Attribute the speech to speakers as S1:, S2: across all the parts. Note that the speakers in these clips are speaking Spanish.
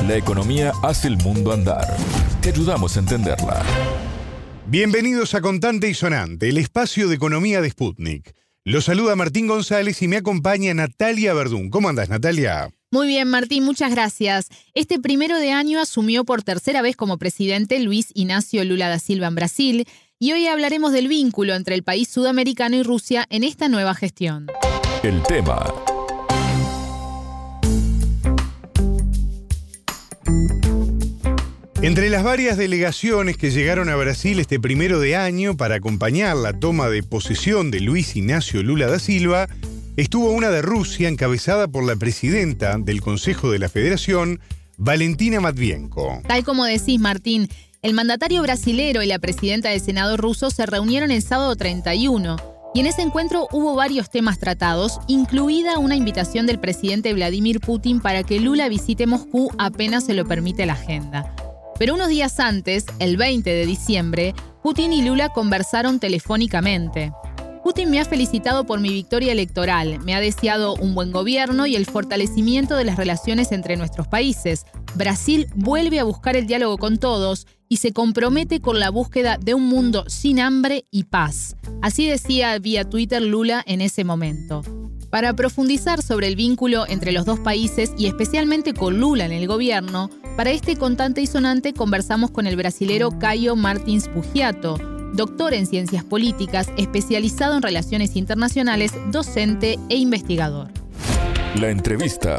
S1: La economía hace el mundo andar. Te ayudamos a entenderla.
S2: Bienvenidos a Contante y Sonante, el espacio de economía de Sputnik. Los saluda Martín González y me acompaña Natalia Verdún. ¿Cómo andás, Natalia?
S3: Muy bien, Martín, muchas gracias. Este 1 de año asumió por tercera vez como presidente Luis Inácio Lula da Silva en Brasil y hoy hablaremos del vínculo entre el país sudamericano y Rusia en esta nueva gestión.
S1: El tema.
S2: Entre las varias delegaciones que llegaron a Brasil este 1 de año para acompañar la toma de posesión de Luis Inácio Lula da Silva, estuvo una de Rusia encabezada por la presidenta del Consejo de la Federación, Valentina Matvienko.
S3: Tal como decís, Martín, el mandatario brasilero y la presidenta del Senado ruso se reunieron el sábado 31 y en ese encuentro hubo varios temas tratados, incluida una invitación del presidente Vladimir Putin para que Lula visite Moscú apenas se lo permite la agenda. Pero unos días antes, el 20 de diciembre, Putin y Lula conversaron telefónicamente. Putin me ha felicitado por mi victoria electoral, me ha deseado un buen gobierno y el fortalecimiento de las relaciones entre nuestros países. Brasil vuelve a buscar el diálogo con todos y se compromete con la búsqueda de un mundo sin hambre y paz. Así decía vía Twitter Lula en ese momento. Para profundizar sobre el vínculo entre los dos países y especialmente con Lula en el gobierno, para este Contante y Sonante conversamos con el brasilero Caio Martins Pugiato, doctor en Ciencias Políticas, especializado en Relaciones Internacionales, docente e investigador.
S1: La entrevista.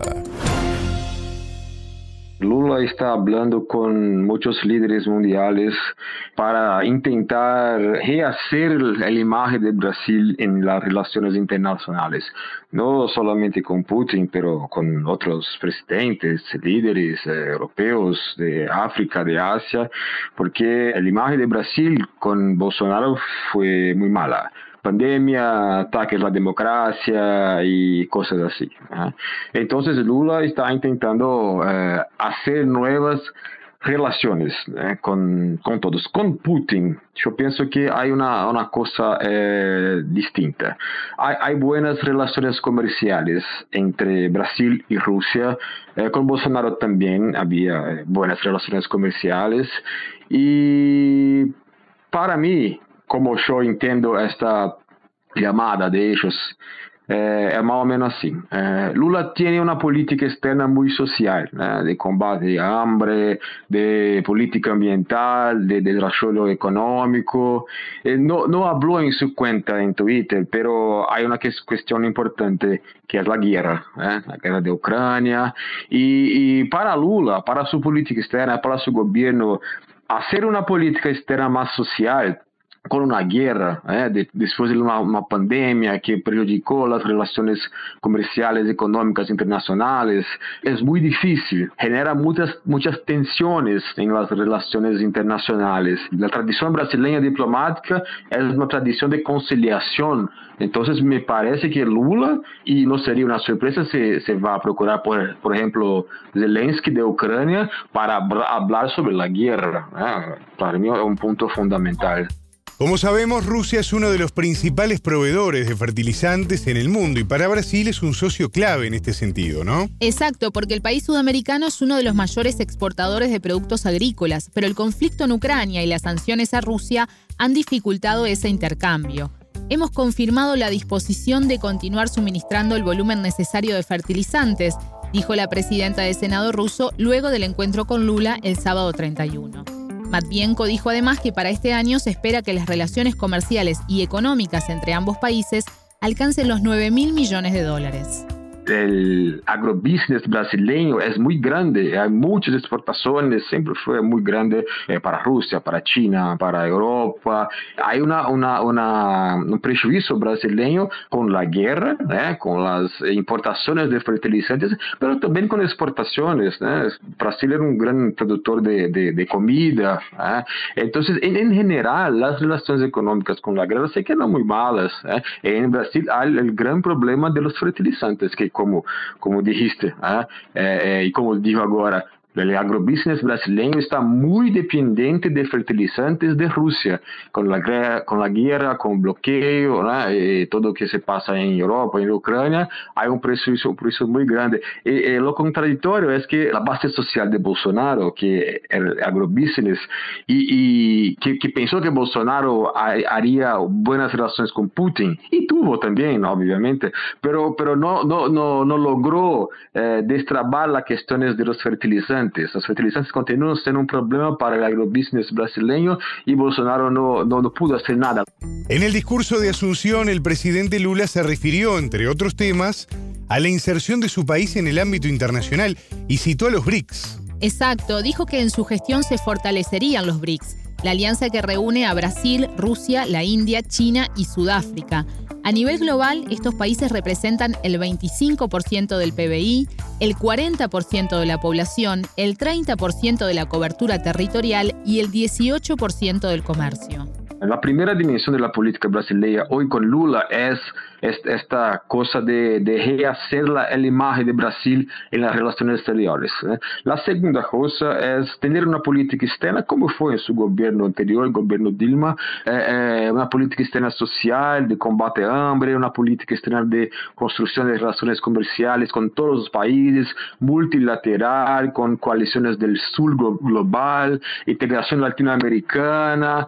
S4: Lula está hablando con muchos líderes mundiales para intentar rehacer la imagen de Brasil en las relaciones internacionales. No solamente con Putin, pero con otros presidentes, líderes europeos, de África, de Asia, porque la imagen de Brasil con Bolsonaro fue muy mala. Pandemia, ataques a la democracia y cosas así. Entonces Lula está intentando hacer nuevas relaciones con todos. Con Putin, yo pienso que hay una cosa distinta. Hay buenas relaciones comerciales entre Brasil y Rusia. Con Bolsonaro también había buenas relaciones comerciales. Y para mí, como yo entiendo esta llamada de ellos, es más o menos así. Lula tiene una política externa muy social, de combate a hambre, de política ambiental, de desarrollo económico. No habló en su cuenta en Twitter, pero hay una cuestión importante que es la guerra de Ucrania. Y para Lula, para su política externa, para su gobierno, hacer una política externa más social con una guerra, después de una pandemia que prejudicó las relaciones comerciales, económicas, internacionales, es muy difícil, genera muchas tensiones en las relaciones internacionales. La tradición brasileña diplomática es una tradición de conciliación. Entonces me parece que Lula, y no sería una sorpresa, se va a procurar, por ejemplo, Zelensky de Ucrania para hablar sobre la guerra. Para mí es un punto fundamental.
S2: Como sabemos, Rusia es uno de los principales proveedores de fertilizantes en el mundo y para Brasil es un socio clave en este sentido, ¿no?
S3: Exacto, porque el país sudamericano es uno de los mayores exportadores de productos agrícolas, pero el conflicto en Ucrania y las sanciones a Rusia han dificultado ese intercambio. Hemos confirmado la disposición de continuar suministrando el volumen necesario de fertilizantes, dijo la presidenta del Senado ruso luego del encuentro con Lula el sábado 31. Matvienko dijo además que para este año se espera que las relaciones comerciales y económicas entre ambos países alcancen los $9.000 millones.
S4: El agrobusiness brasileño es muy grande, hay muchas exportaciones, siempre fue muy grande para Rusia, para China, para Europa. Hay un prejuicio brasileño con la guerra, con las importaciones de fertilizantes, pero también con exportaciones. Brasil era un gran productor de comida. Entonces, en general, las relaciones económicas con la guerra se quedan muy malas. En Brasil hay el gran problema de los fertilizantes, que como dijiste, y como dijo agora, El agrobusiness brasileño está muy dependiente de fertilizantes de Rusia, con la guerra, con el bloqueo, ¿no? Todo lo que se pasa en Europa, en Ucrania, hay un precio muy grande. Lo contradictorio es que la base social de Bolsonaro, que el agrobusiness, y que pensó que Bolsonaro haría buenas relaciones con Putin, y tuvo también, obviamente, pero no logró destrabar las cuestiones de los fertilizantes. Los fertilizantes continúan siendo un problema para el agrobusiness brasileño y Bolsonaro no pudo hacer nada.
S2: En el discurso de Asunción, el presidente Lula se refirió, entre otros temas, a la inserción de su país en el ámbito internacional y citó a los BRICS.
S3: Exacto, dijo que en su gestión se fortalecerían los BRICS, la alianza que reúne a Brasil, Rusia, la India, China y Sudáfrica. A nivel global, estos países representan el 25% del PBI, el 40% de la población, el 30% de la cobertura territorial y el 18% del comercio.
S4: La primera dimensión de la política brasileña hoy con Lula es esta cosa de rehacer la imagen de Brasil en las relaciones exteriores. La segunda cosa es tener una política externa, como fue en su gobierno anterior, el gobierno Dilma, una política externa social, de combate a hambre, una política externa de construcción de relaciones comerciales con todos los países, multilateral, con coaliciones del sur global, integración latinoamericana,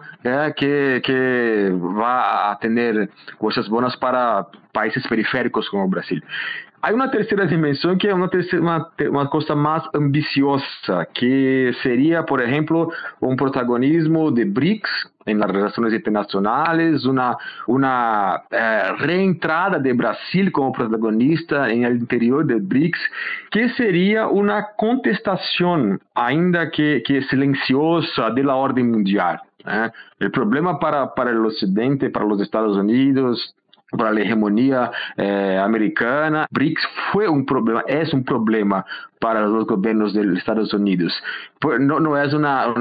S4: que va a tener cosas buenas para países periféricos como Brasil. Hay una tercera dimensión que es una cosa más ambiciosa, que sería, por ejemplo, un protagonismo de BRICS en las relaciones internacionales, una reentrada de Brasil como protagonista en el interior de BRICS, que sería una contestación, ainda que silenciosa, de la orden mundial. El problema para el Occidente, para los Estados Unidos, para la hegemonía americana, BRICS es un problema para los gobiernos de los Estados Unidos. No es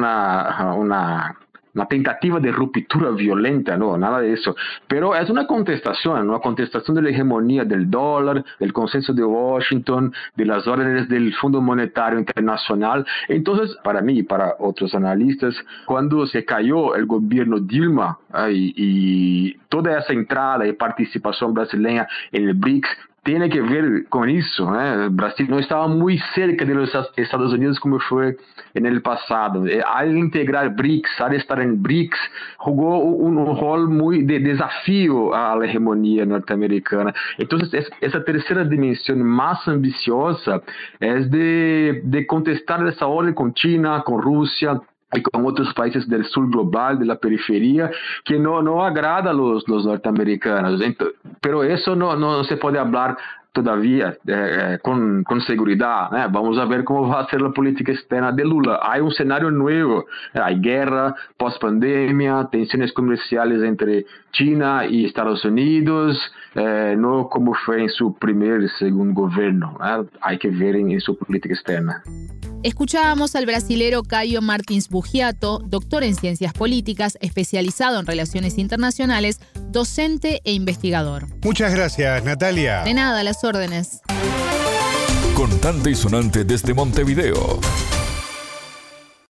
S4: una tentativa de ruptura violenta, no, nada de eso. Pero es una contestación de la hegemonía del dólar, del consenso de Washington, de las órdenes del Fondo Monetario Internacional. Entonces, para mí y para otros analistas, cuando se cayó el gobierno Dilma y toda esa entrada y participación brasileña en el BRICS, tiene que ver con eso. Brasil no estaba muy cerca de los Estados Unidos como fue en el pasado. Al integrar BRICS, al estar en BRICS, jugó un rol muy de desafío a la hegemonía norteamericana. Entonces, esa tercera dimensión más ambiciosa es de contestar esa orden con China, con Rusia y con otros países del sur global, de la periferia, que no agrada a los norteamericanos. Pero eso no se puede hablar todavía con seguridad. Vamos a ver cómo va a ser la política externa de Lula. Hay un escenario nuevo, hay guerra, post-pandemia, tensiones comerciales entre China y Estados Unidos, no como fue en su primer y segundo gobierno. Hay que ver en su política externa.
S3: Escuchábamos al brasilero Caio Martins Bugiato, doctor en Ciencias Políticas, especializado en Relaciones Internacionales, docente e investigador.
S2: Muchas gracias, Natalia.
S3: De nada, a las órdenes.
S1: Contante y sonante desde Montevideo.